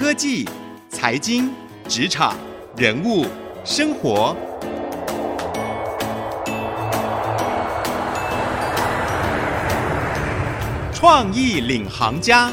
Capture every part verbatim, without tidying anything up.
科技、财经、职场、人物、生活。创意领航家。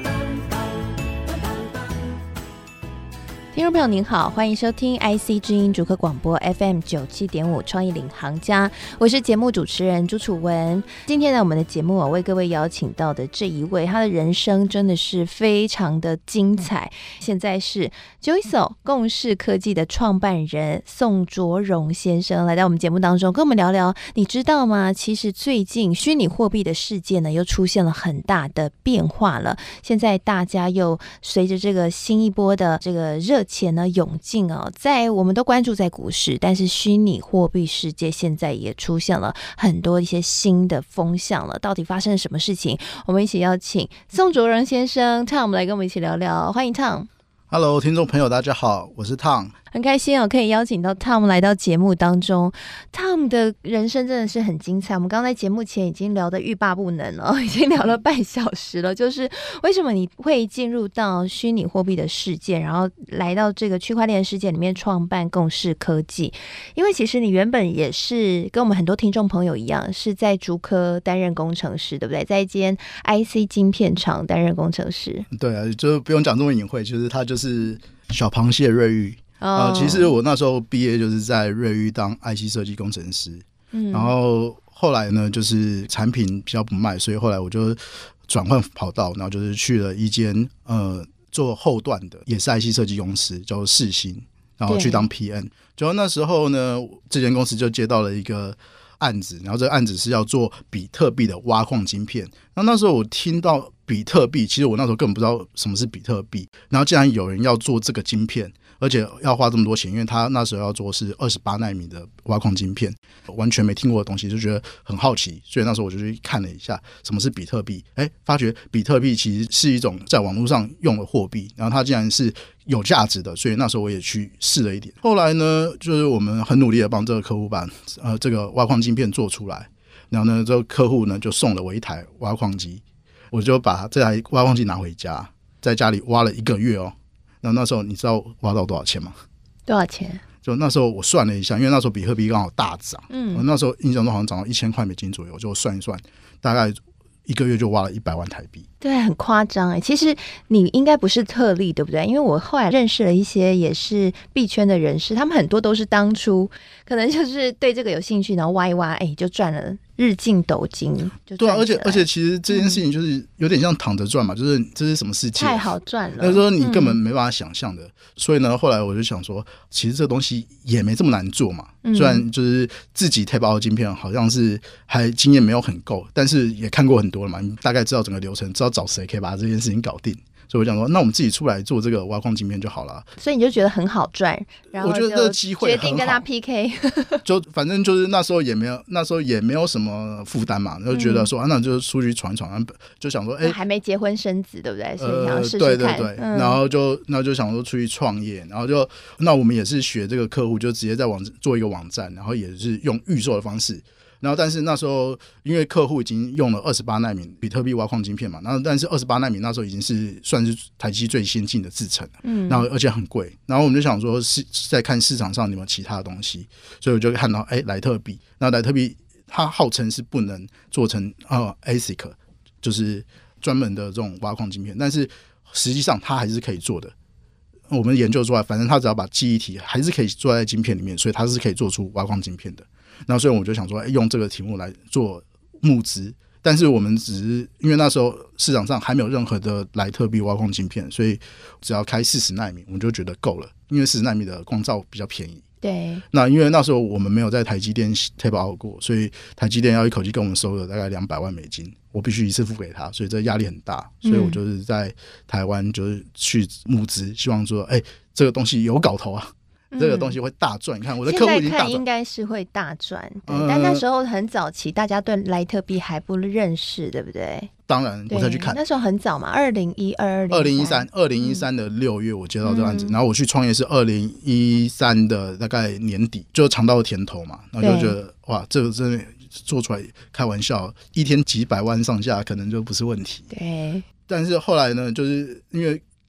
听众朋友您好，欢迎收听 I C 之音竹科广播 F M 九七点五创意领航家，我是节目主持人朱楚文。今天呢，我们的节目我为各位邀请到的这一位，他的人生真的是非常的精彩。现在是 Joyso 共识科技的创办人宋卓荣先生来到我们节目当中，跟我们聊聊。你知道吗？其实最近虚拟货币的世界呢，又出现了很大的变化了。现在大家又随着这个新一波的这个热钱呢涌进哦，在我们都关注在股市，但是虚拟货币世界现在也出现了很多一些新的风向了。到底发生了什么事情？我们一起邀请宋卓荣先生 Tom 来跟我们一起聊聊。欢迎 Tom。Hello， 听众朋友大家好，我是 Tom。 很开心哦，可以邀请到 Tom 来到节目当中。Tom 的人生真的是很精彩，我们刚才节目前已经聊得欲罢不能了，已经聊了半小时了。就是为什么你会进入到虚拟货币的世界，然后来到这个区块链世界里面创办共识科技？因为其实你原本也是跟我们很多听众朋友一样，是在竹科担任工程师，对不对？在一间 I C 晶片厂担任工程师。 对啊，就不用讲这么隐晦，就是他就是小螃蟹瑞昱。呃，其实我那时候毕业就是在瑞昱当 I C 设计工程师，嗯，然后后来呢，就是产品比较不卖，所以后来我就转换跑道，然后就是去了一间呃做后段的，也是 I C 设计公司，叫做世新，然后去当 P M。就那时候呢，这间公司就接到了一个案子，然后这个案子是要做比特币的挖矿晶片。那那时候我听到比特币，其实我那时候根本不知道什么是比特币，然后既然有人要做这个晶片，而且要花这么多钱，因为他那时候要做是二十八奈米的挖矿晶片，完全没听过的东西，就觉得很好奇，所以那时候我就去看了一下什么是比特币。哎，发觉比特币其实是一种在网络上用的货币，然后它竟然是有价值的，所以那时候我也去试了一点。后来呢，就是我们很努力的帮这个客户把呃这个挖矿晶片做出来，然后呢，这个客户呢就送了我一台挖矿机，我就把这台挖矿机拿回家，在家里挖了一个月哦。那那时候你知道挖到多少钱吗？ 多少钱？ 就那时候我算了一下，因为那时候比特币刚好大涨，嗯，我那时候印象中好像涨到一千块美金左右，就算一算，大概一个月就挖了一百万台币。 对，很夸张哎。其实你应该不是特例，对不对？因为我后来认识了一些也是币圈的人士，他们很多都是当初可能就是对这个有兴趣，然后挖一挖，哎，就赚了日进斗金。就对啊，而且而且其实这件事情就是有点像躺着赚嘛，嗯、就是这是什么世界？ 太好赚了， 那时候你根本没办法想象的。嗯、所以呢，后来我就想说，其实这个东西也没这么难做嘛。嗯、虽然就是自己 tape out 晶片好像是还经验没有很够，但是也看过很多了嘛，你大概知道整个流程，知道找谁可以把这件事情搞定。所以我想说，那我们自己出来做这个挖矿晶片就好了。 所以你就觉得很好赚，然后我觉得这个机会决定跟他 P K 。 就反正就是那时候也没有，那时候也没有什么负担嘛，就觉得说、嗯、啊，那就出去闯闯，就想说，哎、欸， 还没结婚生子，对不对？所以想要试试看。 呃、对对对，嗯、然后就那就想说出去创业，然后就那我们也是学这个客户，就直接在网做一个网站，然后也是用预售的方式。然后，但是那时候因为客户已经用了二十八奈米比特币挖矿晶片嘛，然后但是二十八奈米那时候已经是算是台积最先进的制程了，嗯，然后而且很贵，然后我们就想说是在看市场上有没有其他的东西，所以我就看到哎莱特币，那莱特币它号称是不能做成呃 A S I C， 就是专门的这种挖矿晶片，但是实际上它还是可以做的。我们研究出来，反正它只要把记忆体还是可以做在晶片里面，所以它是可以做出挖矿晶片的。那所以我就想说、欸、用这个题目来做募资，但是我们只是因为那时候市场上还没有任何的莱特币挖矿晶片，所以只要开四十奈米我们就觉得够了，因为四十奈米的光罩比较便宜。 对， 那因为那时候我们没有在台积电 tape out 过，所以台积电要一口气跟我们收了大概两百万美金，我必须一次付给他，所以这压力很大，所以我就是在台湾就是去募资，希望说哎、欸，这个东西有搞头啊，这个东西会大赚。你看我的客户已经大赚， 现在看应该是会大赚，对、嗯，但那时候很早期，大家对莱特币还不认识，对不对？ 当然我才去看， 那时候很早嘛，二零一二、 二零一三、二零一三的六月我接到这个案子、嗯，然后我去创业是二零一三的大概年底，就尝到了甜头嘛，然后就觉得哇，这个真的做出来开玩笑，一天几百万上下可能就不是问题。 对， 但是后来呢，就是因为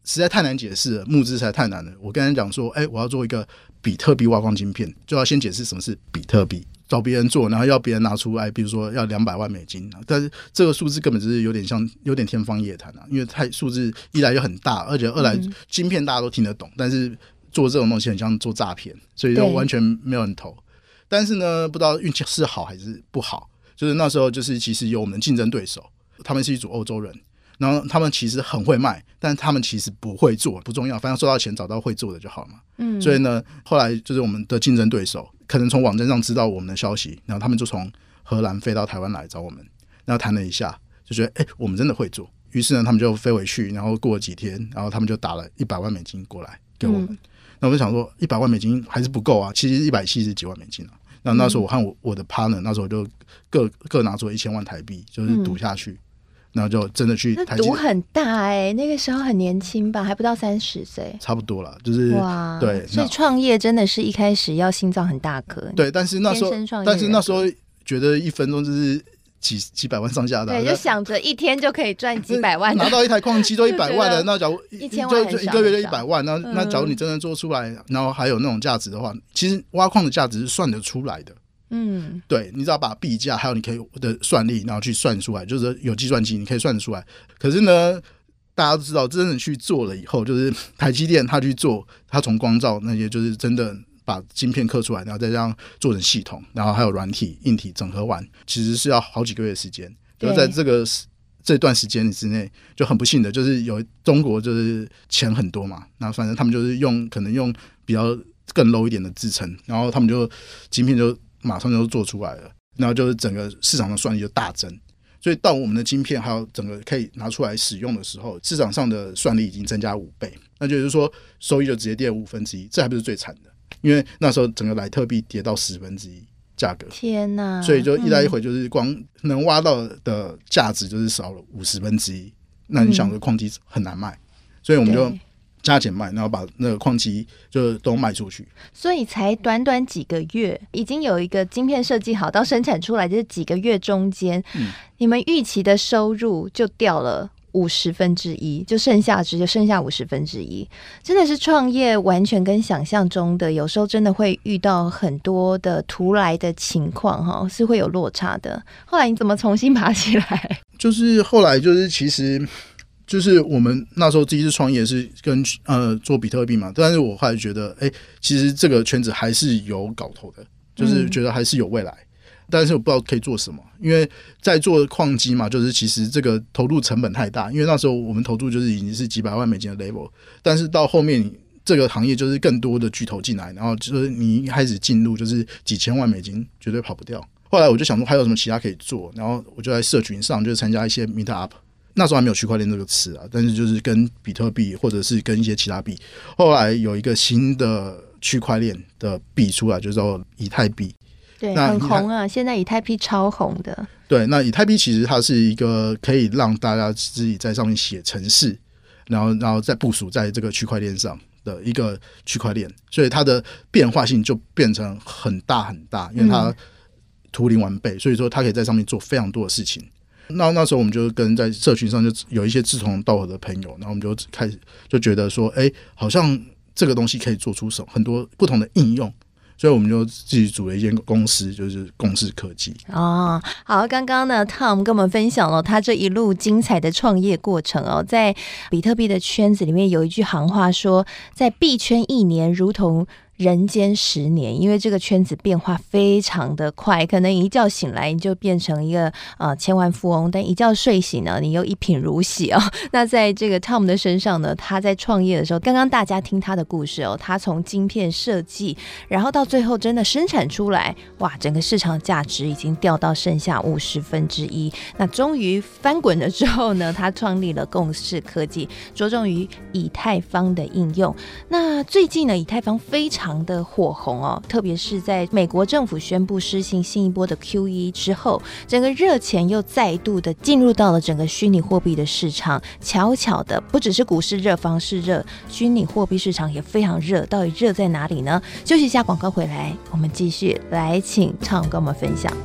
实在太难解释了，募资实在太难了。我跟人讲说，哎、欸，我要做一个比特币挖矿晶片，就要先解释什么是比特币，找别人做，然后要别人拿出来，比如说要两百万美金，但是这个数字根本就是有点像有点天方夜谭啊，因为太数字一来就很大，而且二来晶片大家都听得懂，但是做这种东西很像做诈骗，所以就完全没有人投。但是呢，不知道运气是好还是不好，就是那时候就是其实有我们的竞争对手，他们是一组欧洲人。然后他们其实很会卖，但他们其实不会做，不重要，反正收到钱找到会做的就好了嘛。嗯，所以呢，后来就是我们的竞争对手可能从网站上知道我们的消息，然后他们就从荷兰飞到台湾来找我们，然后谈了一下，就觉得哎、欸，我们真的会做。于是呢，他们就飞回去，然后过了几天，然后他们就打了一百万美金过来给我们。嗯、那我就想说，一百万美金还是不够啊，其实一百七十几万美金啊。那那时候我和我我的 partner 那时候就各各拿出了一千万台币，就是赌下去。嗯，然后就真的去台积电， 赌很大哎、欸，那个时候很年轻吧，还不到三十岁， 差不多了，就是哇， 对， 所以创业真的是一开始要心脏很大颗， 对，但是那时候，但是那时候觉得一分钟就是几几百万上下的、啊， 对，就想着一天就可以赚几百万， 拿到一台矿机都一百万的，那假如一千万就一个月就一百万，那、嗯、那假如你真的做出来，然后还有那种价值的话，其实挖矿的价值是算得出来的。嗯，对，你只要把币价还有你可以的算力，然后去算出来，就是有计算机你可以算得出来。可是呢，大家都知道，真的去做了以后，就是台积电他去做，他从光罩那些就是真的把晶片刻出来，然后再这样做成系统，然后还有软体、硬体整合完，其实是要好几个月的时间。就在这个这段时间之内，就很不幸的就是有中国就是钱很多嘛，那反正他们就是用可能用比较更 low 一点的制程，然后他们就晶片就马上就做出来了，然后就是整个市场的算力就大增，所以到我们的晶片还有整个可以拿出来使用的时候，市场上的算力已经增加五倍，那就是说收益就直接跌五分之一，这还不是最惨的，因为那时候整个莱特币跌到十分之一价格， 天哪！ 所以就一来一回就是光能挖到的价值就是少了五十分之一，那你想说矿机很难卖，所以我们就加减卖，然后把那个矿机就都卖出去， 所以才短短几个月，已经有一个晶片设计好到生产出来，就是几个月中间，嗯、你们预期的收入就掉了五十分之一，就剩下只就剩下五十分之一，真的是创业完全跟想象中的，有时候真的会遇到很多的突来的情况哈，是会有落差的。后来你怎么重新爬起来？ 就是后来就是其实。就是我们那时候第一次创业是跟呃做比特币嘛，但是我后来觉得，哎、欸，其实这个圈子还是有搞头的，就是觉得还是有未来，嗯、但是我不知道可以做什么，因为在做矿机嘛，就是其实这个投入成本太大，因为那时候我们投入就是已经是几百万美金的 level， 但是到后面这个行业就是更多的巨头进来，然后就是你一开始进入就是几千万美金绝对跑不掉。后来我就想说还有什么其他可以做，然后我就在社群上就参加一些 meet up。那时候还没有区块链这个词啊，但是就是跟比特币或者是跟一些其他币，后来有一个新的区块链的币出来，就叫做以太币。 对，很红啊，现在以太币超红的。 对，那以太币其实它是一个可以让大家自己在上面写程式，然后然后再部署在这个区块链上的一个区块链，所以它的变化性就变成很大很大，因为它图灵完备，所以说它可以在上面做非常多的事情。那那时候我们就跟在社群上就有一些志同道合的朋友，然后我们就开始就觉得说，哎，好像这个东西可以做出什么很多不同的应用，所以我们就自己组了一间公司，就是共识科技。 哦，好，刚刚呢 Tom 跟我们分享了他这一路精彩的创业过程哦，在比特币的圈子里面有一句行话说，在币圈一年如同人间十年，因为这个圈子变化非常的快，可能一觉醒来你就变成一个呃千万富翁，但一觉睡醒呢，你又一贫如洗哦。那在这个 Tom 的身上呢，他在创业的时候，刚刚大家听他的故事哦，他从晶片设计，然后到最后真的生产出来，哇，整个市场价值已经掉到剩下五十分之一。那终于翻滚了之后呢，他创立了共识科技，着重于以太坊的应用。那最近呢，以太坊非常的火红哦，特别是在美国政府宣布施行新一波的 Q E 之后，整个热钱又再度的进入到了整个虚拟货币的市场。巧巧的，不只是股市热，房市热，虚拟货币市场也非常热。到底热在哪里呢？休息一下，广告回来，我们继续来请Tom跟我们分享。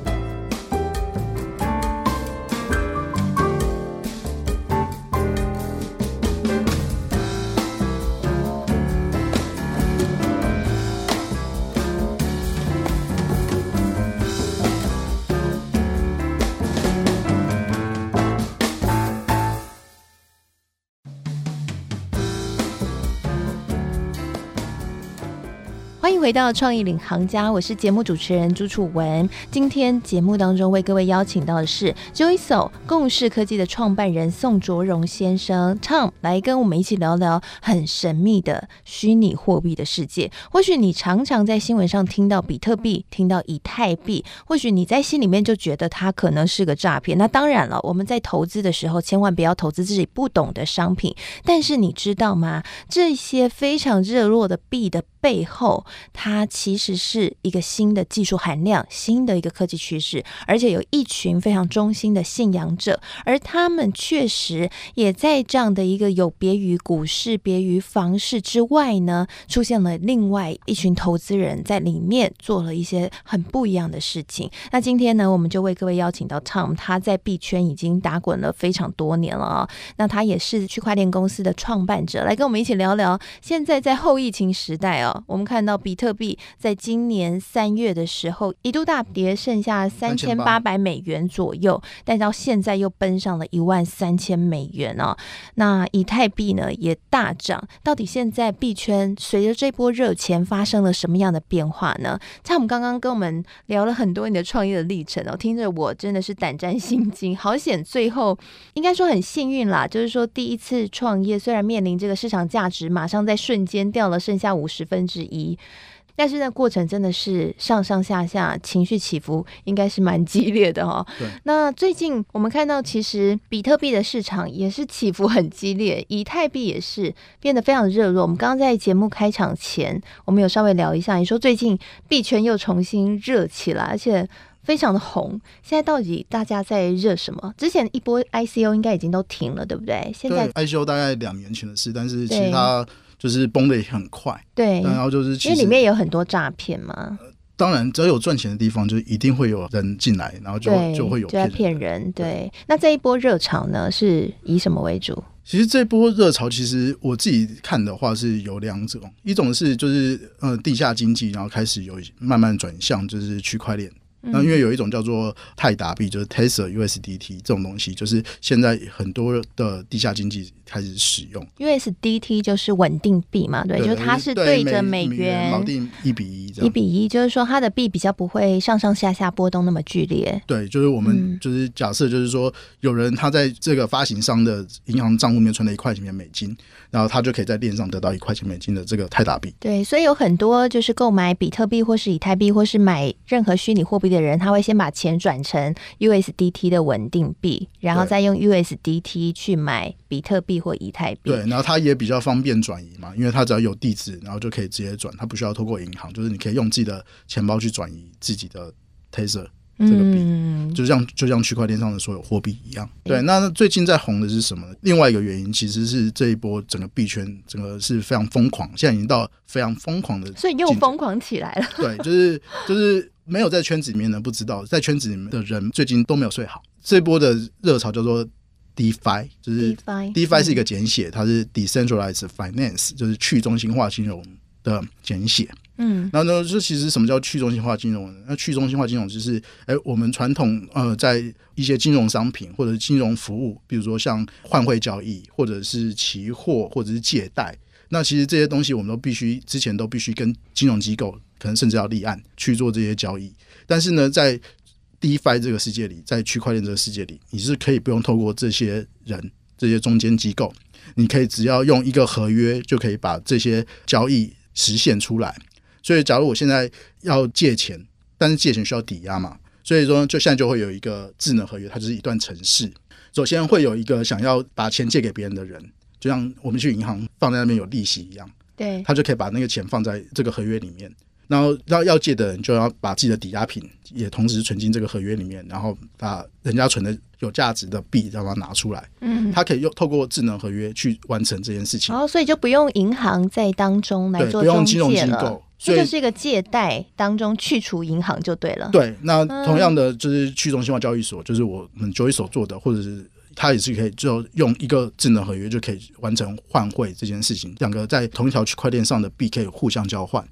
欢迎回到创意领航家，我是节目主持人朱楚文。今天节目当中为各位邀请到的是 Joyso 共识科技的创办人宋卓荣先生 Tom 来跟我们一起聊聊很神秘的虚拟货币的世界。或许你常常在新闻上听到比特币，听到以太币，或许你在心里面就觉得它可能是个诈骗。那当然了，我们在投资的时候千万不要投资自己不懂的商品。但是你知道吗？这些非常热络的币的背后，它其实是一个新的技术含量，新的一个科技趋势，而且有一群非常忠心的信仰者，而他们确实也在这样的一个有别于股市、别于房市之外呢，出现了另外一群投资人在里面做了一些很不一样的事情。那今天呢，我们就为各位邀请到 Tom， 他在币圈已经打滚了非常多年了啊、哦。那他也是区块链公司的创办者，来跟我们一起聊聊现在在后疫情时代哦，我们看到比特币在今年三月的时候一度大跌，剩下三千八百美元左右，但到现在又奔上了一万三千美元哦。那以太币呢也大涨，到底现在币圈随着这波热钱发生了什么样的变化呢？像我们刚刚跟我们聊了很多你的创业的历程哦，听着我真的是胆战心惊，好险最后应该说很幸运啦，就是说第一次创业虽然面临这个市场价值马上在瞬间掉了剩下五十分之一，但是那过程真的是上上下下情绪起伏应该是蛮激烈的哦。那最近我们看到其实比特币的市场也是起伏很激烈，以太币也是变得非常热络。我们刚刚在节目开场前我们有稍微聊一下，你说最近币圈又重新热起来，而且非常的红。现在到底大家在热什么？之前一波 I C O 应该已经都停了，对不对？现在 I C O 大概两年前的事，但是其实它就是崩的也很快。 对， 然后就是其实因为里面也有很多诈骗嘛。呃当然，只要有赚钱的地方，就一定会有人进来，然后就就会有骗人。 就骗人。对，那这一波热潮呢，是以什么为主？ 其实这波热潮，其实我自己看的话是有两种，一种是就是呃地下经济，然后开始有慢慢转向就是区块链。那因为有一种叫做泰达币，就是 Tether U S D T 这种东西，就是现在很多的地下经济开始使用。 U S D T 就是稳定币嘛， 对， 对，就是它是对着美元锚定一比一， 一比一，就是说它的币比较不会上上下下波动那么剧烈。 对，就是我们就是假设就是说有人他在这个发行商的银行账户里面存了一块钱美金，然后他就可以在链上得到一块钱美金的这个泰达币。 对，所以有很多就是购买比特币或是以太币或是买任何虚拟货币的人，他会先把钱转成 U S D T 的稳定币，然后再用 U S D T 去买比特币或以太币。 对，然后它也比较方便转移嘛，因为它只要有地址，然后就可以直接转，它不需要透过银行，就是你可以用自己的钱包去转移自己的 Tether 这个币、嗯、就像就像区块链上的所有货币一样。对，那最近在红的是什么呢？另外一个原因其实是这一波整个币圈整个是非常疯狂，现在已经到非常疯狂的， 所以又疯狂起来了。 对，就是就是没有在圈子里面的不知道，在圈子里面的人最近都没有睡好。这一波的热潮叫做 DeFi， 就是 DeFi, DeFi 是一个简写、嗯、它是 Decentralized Finance， 就是去中心化金融的简写。嗯，然后呢，这其实什么叫去中心化金融呢？那去中心化金融就是，哎，我们传统呃，在一些金融商品或者金融服务，比如说像换汇交易，或者是期货，或者是借贷，那其实这些东西我们都必须之前都必须跟金融机构，可能甚至要立案去做这些交易。但是呢，在 DeFi 这个世界里，在区块链这个世界里，你是可以不用透过这些人、这些中间机构，你可以只要用一个合约就可以把这些交易实现出来。所以假如我现在要借钱，但是借钱需要抵押嘛，所以说就现在就会有一个智能合约，它就是一段程式。首先会有一个想要把钱借给别人的人，就像我们去银行放在那边有利息一样，对，他就可以把那个钱放在这个合约里面，然后要借的人就要把自己的抵押品也同时存进这个合约里面，然后把人家存的有价值的币让它拿出来。嗯，他可以用透过智能合约去完成这件事情。哦， 所以就不用银行在当中来做中介了， 对，不用金融机构， 这就是一个借贷当中去除银行就对了。 对，那同样的就是去中心化交易所，就是我们交易所做的，或者是它也是可以就用一个智能合约就可以完成换汇这件事情，两个在同一条区块链上的币可以互相交换。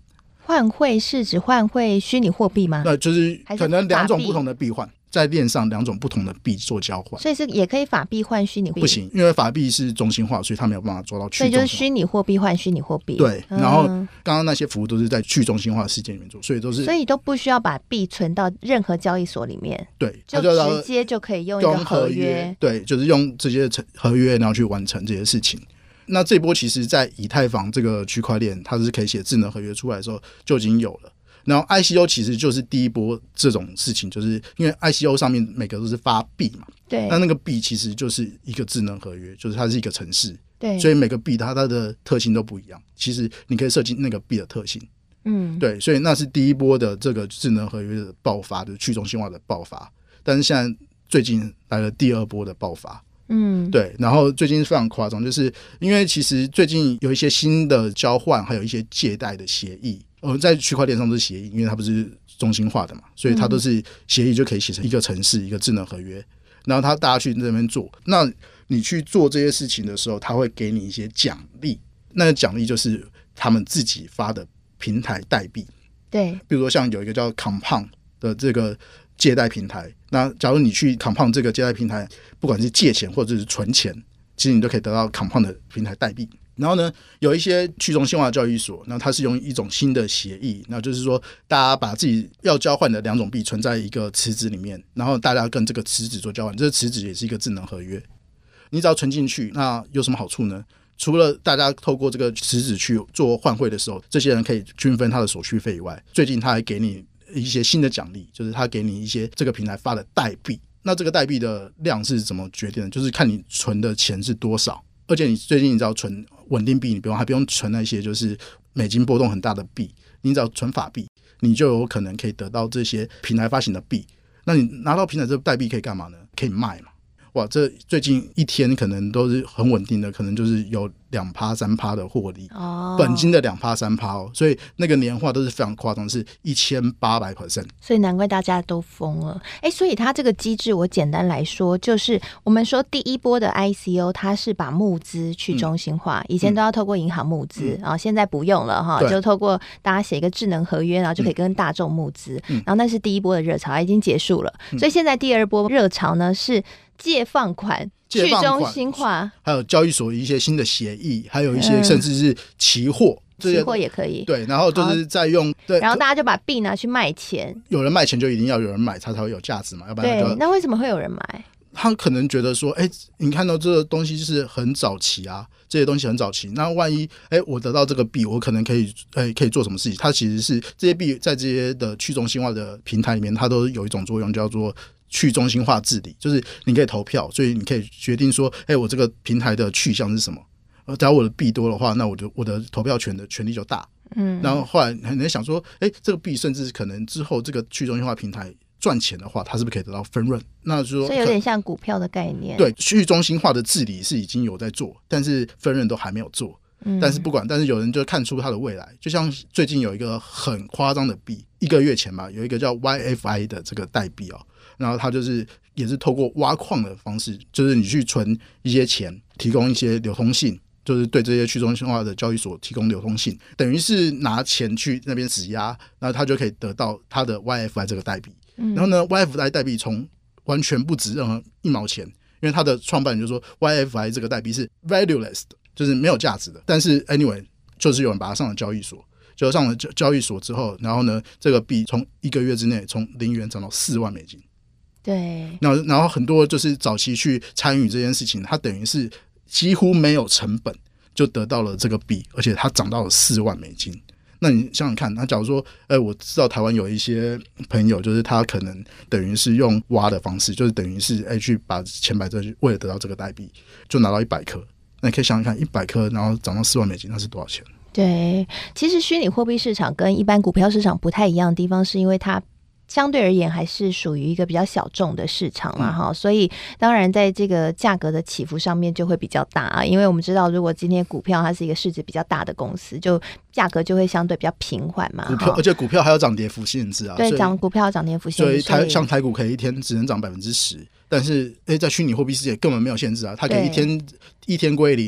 换汇是指换汇虚拟货币吗？ 那就是可能两种不同的币换，在链上两种不同的币做交换， 所以是也可以法币换虚拟币？ 不行，因为法币是中心化，所以它没有办法做到去中心化。 所以就是虚拟货币换虚拟货币。 对，然后刚刚那些服务都是在去中心化的世界里面做，所以都是所以都不需要把币存到任何交易所里面。 对， 就直接就可以用一个合约。 对，就是用这些合约然后去完成这些事情。那这波其实在以太坊这个区块链它是可以写智能合约出来的时候就已经有了，然后 I C O 其实就是第一波这种事情，就是因为 I C O 上面每个都是发币嘛， 对， 那那个币其实就是一个智能合约，就是它是一个程式， 对， 所以每个币它它的特性都不一样，其实你可以设计那个币的特性， 嗯， 对，所以那是第一波的这个智能合约的爆发，就是去中心化的爆发，但是现在最近来了第二波的爆发。 嗯， 对，然后最近非常夸张，就是因为其实最近有一些新的交换，还有一些借贷的协议，呃，在区块链上都是协议，因为它不是中心化的嘛，所以它都是协议就可以写成一个程式、一个智能合约，然后他大家去那边做，那你去做这些事情的时候，他会给你一些奖励，那个奖励就是他们自己发的平台代币， 对， 比如说像有一个叫 Compound 的这个借贷平台，那假如你去 Compound 这个借贷平台，不管是借钱或者是存钱，其实你都可以得到 Compound 的平台代币。然后呢，有一些去中心化的交易所，那它是用一种新的协议，那就是说大家把自己要交换的两种币存在一个池子里面，然后大家跟这个池子做交换，这个池子也是一个智能合约。你只要存进去，那有什么好处呢？除了大家透过这个池子去做换汇的时候，这些人可以均分他的手续费以外，最近他还给你一些新的奖励，就是他给你一些这个平台发的代币。那这个代币的量是怎么决定的？就是看你存的钱是多少，而且你最近你只要存稳定币，你不用还不用存那些就是美金波动很大的币，你只要存法币，你就有可能可以得到这些平台发行的币。那你拿到平台这个代币可以干嘛呢？可以卖嘛。哇，这最近一天可能都是很稳定的，可能就是有两趴三趴的获利， 哦， 本金的两趴三趴哦，所以那个年化都是非常夸张，是一千八百 percent， 所以难怪大家都疯了。哎，所以它这个机制，我简单来说，就是我们说第一波的 I C O， 它是把募资去中心化，嗯、以前都要透过银行募资，然、嗯、后现在不用了哈，就透过大家写一个智能合约，然后就可以跟大众募资、嗯，然后那是第一波的热潮，已经结束了、嗯，所以现在第二波热潮呢是借放款。去中心化， 还有交易所一些新的协议，还有一些甚至是期货， 嗯、期货也可以。 对，然后就是在用对， 然后大家就把币拿去卖钱。 有人卖钱就一定要有人买，它才会有价值嘛，要不然对。那为什么会有人买？ 他可能觉得说，哎，你看到这个东西是很早期啊，这些东西很早期，那万一哎我得到这个币，我可能可以哎可以做什么事情？它其实是这些币在这些的去中心化的平台里面，它都有一种作用，叫做去中心化治理，就是你可以投票，所以你可以决定说，哎，我这个平台的去向是什么？呃，只要我的币多的话，那我就我的投票权的权利就大。嗯，然后后来你在想说，哎，这个币甚至可能之后这个去中心化平台赚钱的话，它是不是可以得到分润？那就说， 所以有点像股票的概念。 对，去中心化的治理是已经有在做，但是分润都还没有做。嗯，但是不管，但是有人就看出它的未来，就像最近有一个很夸张的币，一个月前吧，有一个叫 Y F I 的这个代币哦。然后它就是也是透过挖矿的方式，就是你去存一些钱，提供一些流通性，就是对这些去中心化的交易所提供流通性，等于是拿钱去那边质押，然后他就可以得到他的 Y F I 这个代币。嗯、然后呢 ，Y F I 代币从完全不值任何一毛钱，因为他的创办人就说 Y F I 这个代币是 valueless 的，就是没有价值的。但是 anyway， 就是有人把它上了交易所。就上了交易所之后，然后呢，这个币从一个月之内从零元涨到四万美金。 对， 然后然后很多就是早期去参与这件事情，它等于是几乎没有成本就得到了这个币，而且它涨到了四万美金。那你想想看，那假如说，哎，我知道台湾有一些朋友，就是他可能等于是用挖的方式，就是等于是哎去把钱摆这，为了得到这个代币，就拿到一百颗。那你可以想想看，一百颗然后涨到四万美金，那是多少钱？ 对，其实虚拟货币市场跟一般股票市场不太一样的地方，是因为它相对而言还是属于一个比较小众的市场啦哈、嗯，所以当然在这个价格的起伏上面就会比较大啊。因为我们知道，如果今天股票它是一个市值比较大的公司，就价格就会相对比较平缓嘛。 股票，而且股票还有涨跌幅限制啊。 对，涨股票涨跌幅限制， 所以台像台股可以一天只能涨百分之十，但是诶，在虚拟货币世界根本没有限制啊，它可以一天一天归零，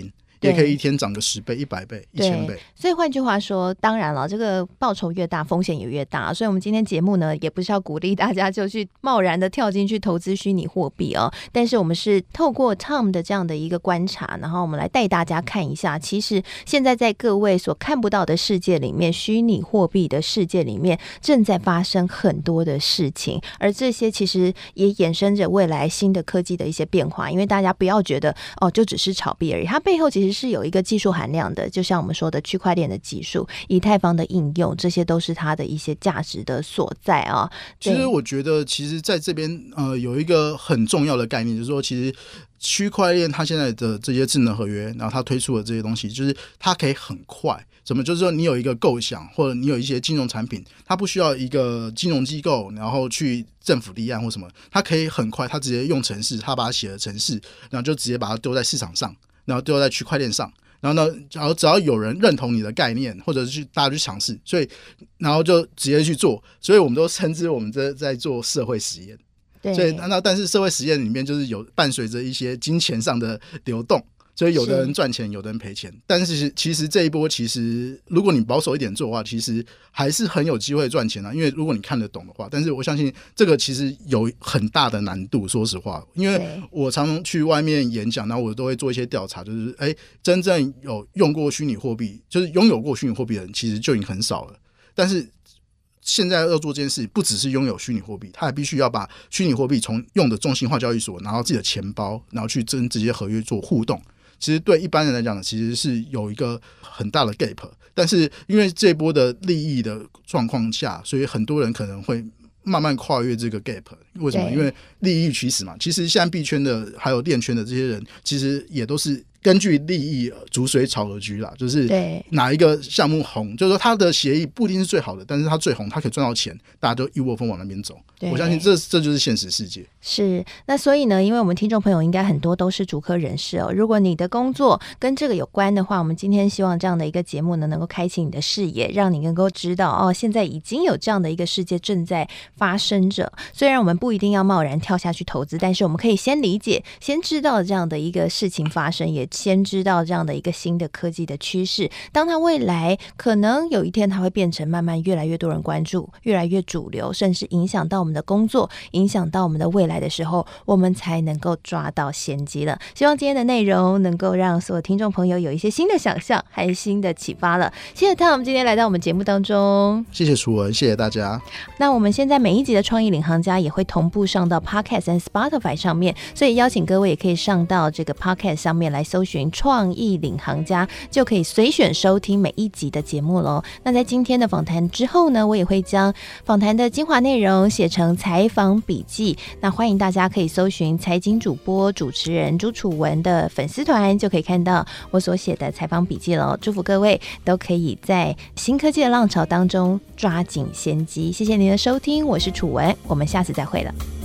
也可以一天涨个十倍、一百倍、一千倍。 所以换句话说，当然了，这个报酬越大，风险也越大。所以我们今天节目呢，也不是要鼓励大家就去贸然的跳进去投资虚拟货币哦。但是我们是透过 Tom 的这样的一个观察，然后我们来带大家看一下，其实现在在各位所看不到的世界里面，虚拟货币的世界里面正在发生很多的事情，而这些其实也衍生着未来新的科技的一些变化。因为大家不要觉得哦，就只是炒币而已，它背后其实是有一个技术含量的，就像我们说的区块链的技术、以太坊的应用，这些都是它的一些价值的所在啊。 其实我觉得，其实在这边呃有一个很重要的概念，就是说，其实区块链它现在的这些智能合约，然后它推出的这些东西，就是它可以很快。什么？就是说你有一个构想，或者你有一些金融产品，它不需要一个金融机构，然后去政府立案或什么，它可以很快，它直接用程式，它把它写了程式，然后就直接把它丢在市场上，然后丢在区块链上。然后呢，然后只要有人认同你的概念，或者是去大家去尝试，所以然后就直接去做。所以我们都称之我们在在做社会实验。 对。 所以那但是社会实验里面就是有伴随着一些金钱上的流动。所以有的人赚钱，有的人赔钱，但是其实这一波，其实如果你保守一点做的话，其实还是很有机会赚钱啊。因为如果你看得懂的话，但是我相信这个其实有很大的难度。说实话，因为我常常去外面演讲，然后我都会做一些调查，就是哎，真正有用过虚拟货币，就是拥有过虚拟货币的人，其实就已经很少了。但是现在要做这件事，不只是拥有虚拟货币，他还必须要把虚拟货币从用的中心化交易所，然后自己的钱包，然后去跟这些合约做互动。其实对一般人来讲，其实是有一个很大的 gap， 但是因为这波的利益的状况下，所以很多人可能会慢慢跨越这个 gap。为什么？因为利益驱使嘛。其实现在币圈的还有链圈的这些人，其实也都是根据利益逐水草而居啦，就是哪一个项目红，就是说他的协议不一定是最好的，但是他最红，他可以赚到钱，大家就一窝蜂往那边走。我相信这这就是现实世界。 是，那所以呢，因为我们听众朋友应该很多都是主科人士哦，如果你的工作跟这个有关的话，我们今天希望这样的一个节目呢，能够开启你的视野，让你能够知道哦，现在已经有这样的一个世界正在发生着。虽然我们不一定要贸然跳下去投资，但是我们可以先理解，先知道这样的一个事情发生，也先知道这样的一个新的科技的趋势。当它未来可能有一天它会变成慢慢越来越多人关注，越来越主流，甚至影响到我们的工作，影响到我们的未来的时候，我们才能够抓到先机了。希望今天的内容能够让所有听众朋友有一些新的想象，还有新的启发了。谢谢 Tom 今天来到我们节目当中。 谢谢楚文，谢谢大家。 那我们现在每一集的创意领航家也会同步上到 Podcast 和 Spotify 上面，所以邀请各位也可以上到这个 Podcast 上面来搜寻创意领航家，就可以随选收听每一集的节目咯。那在今天的访谈之后呢，我也会将访谈的精华内容写成采访笔记，那欢迎大家可以搜寻财经主播主持人朱楚文的粉丝团，就可以看到我所写的采访笔记了。祝福各位都可以在新科技的浪潮当中抓紧先机。谢谢您的收听，我是楚文，我们下次再会了。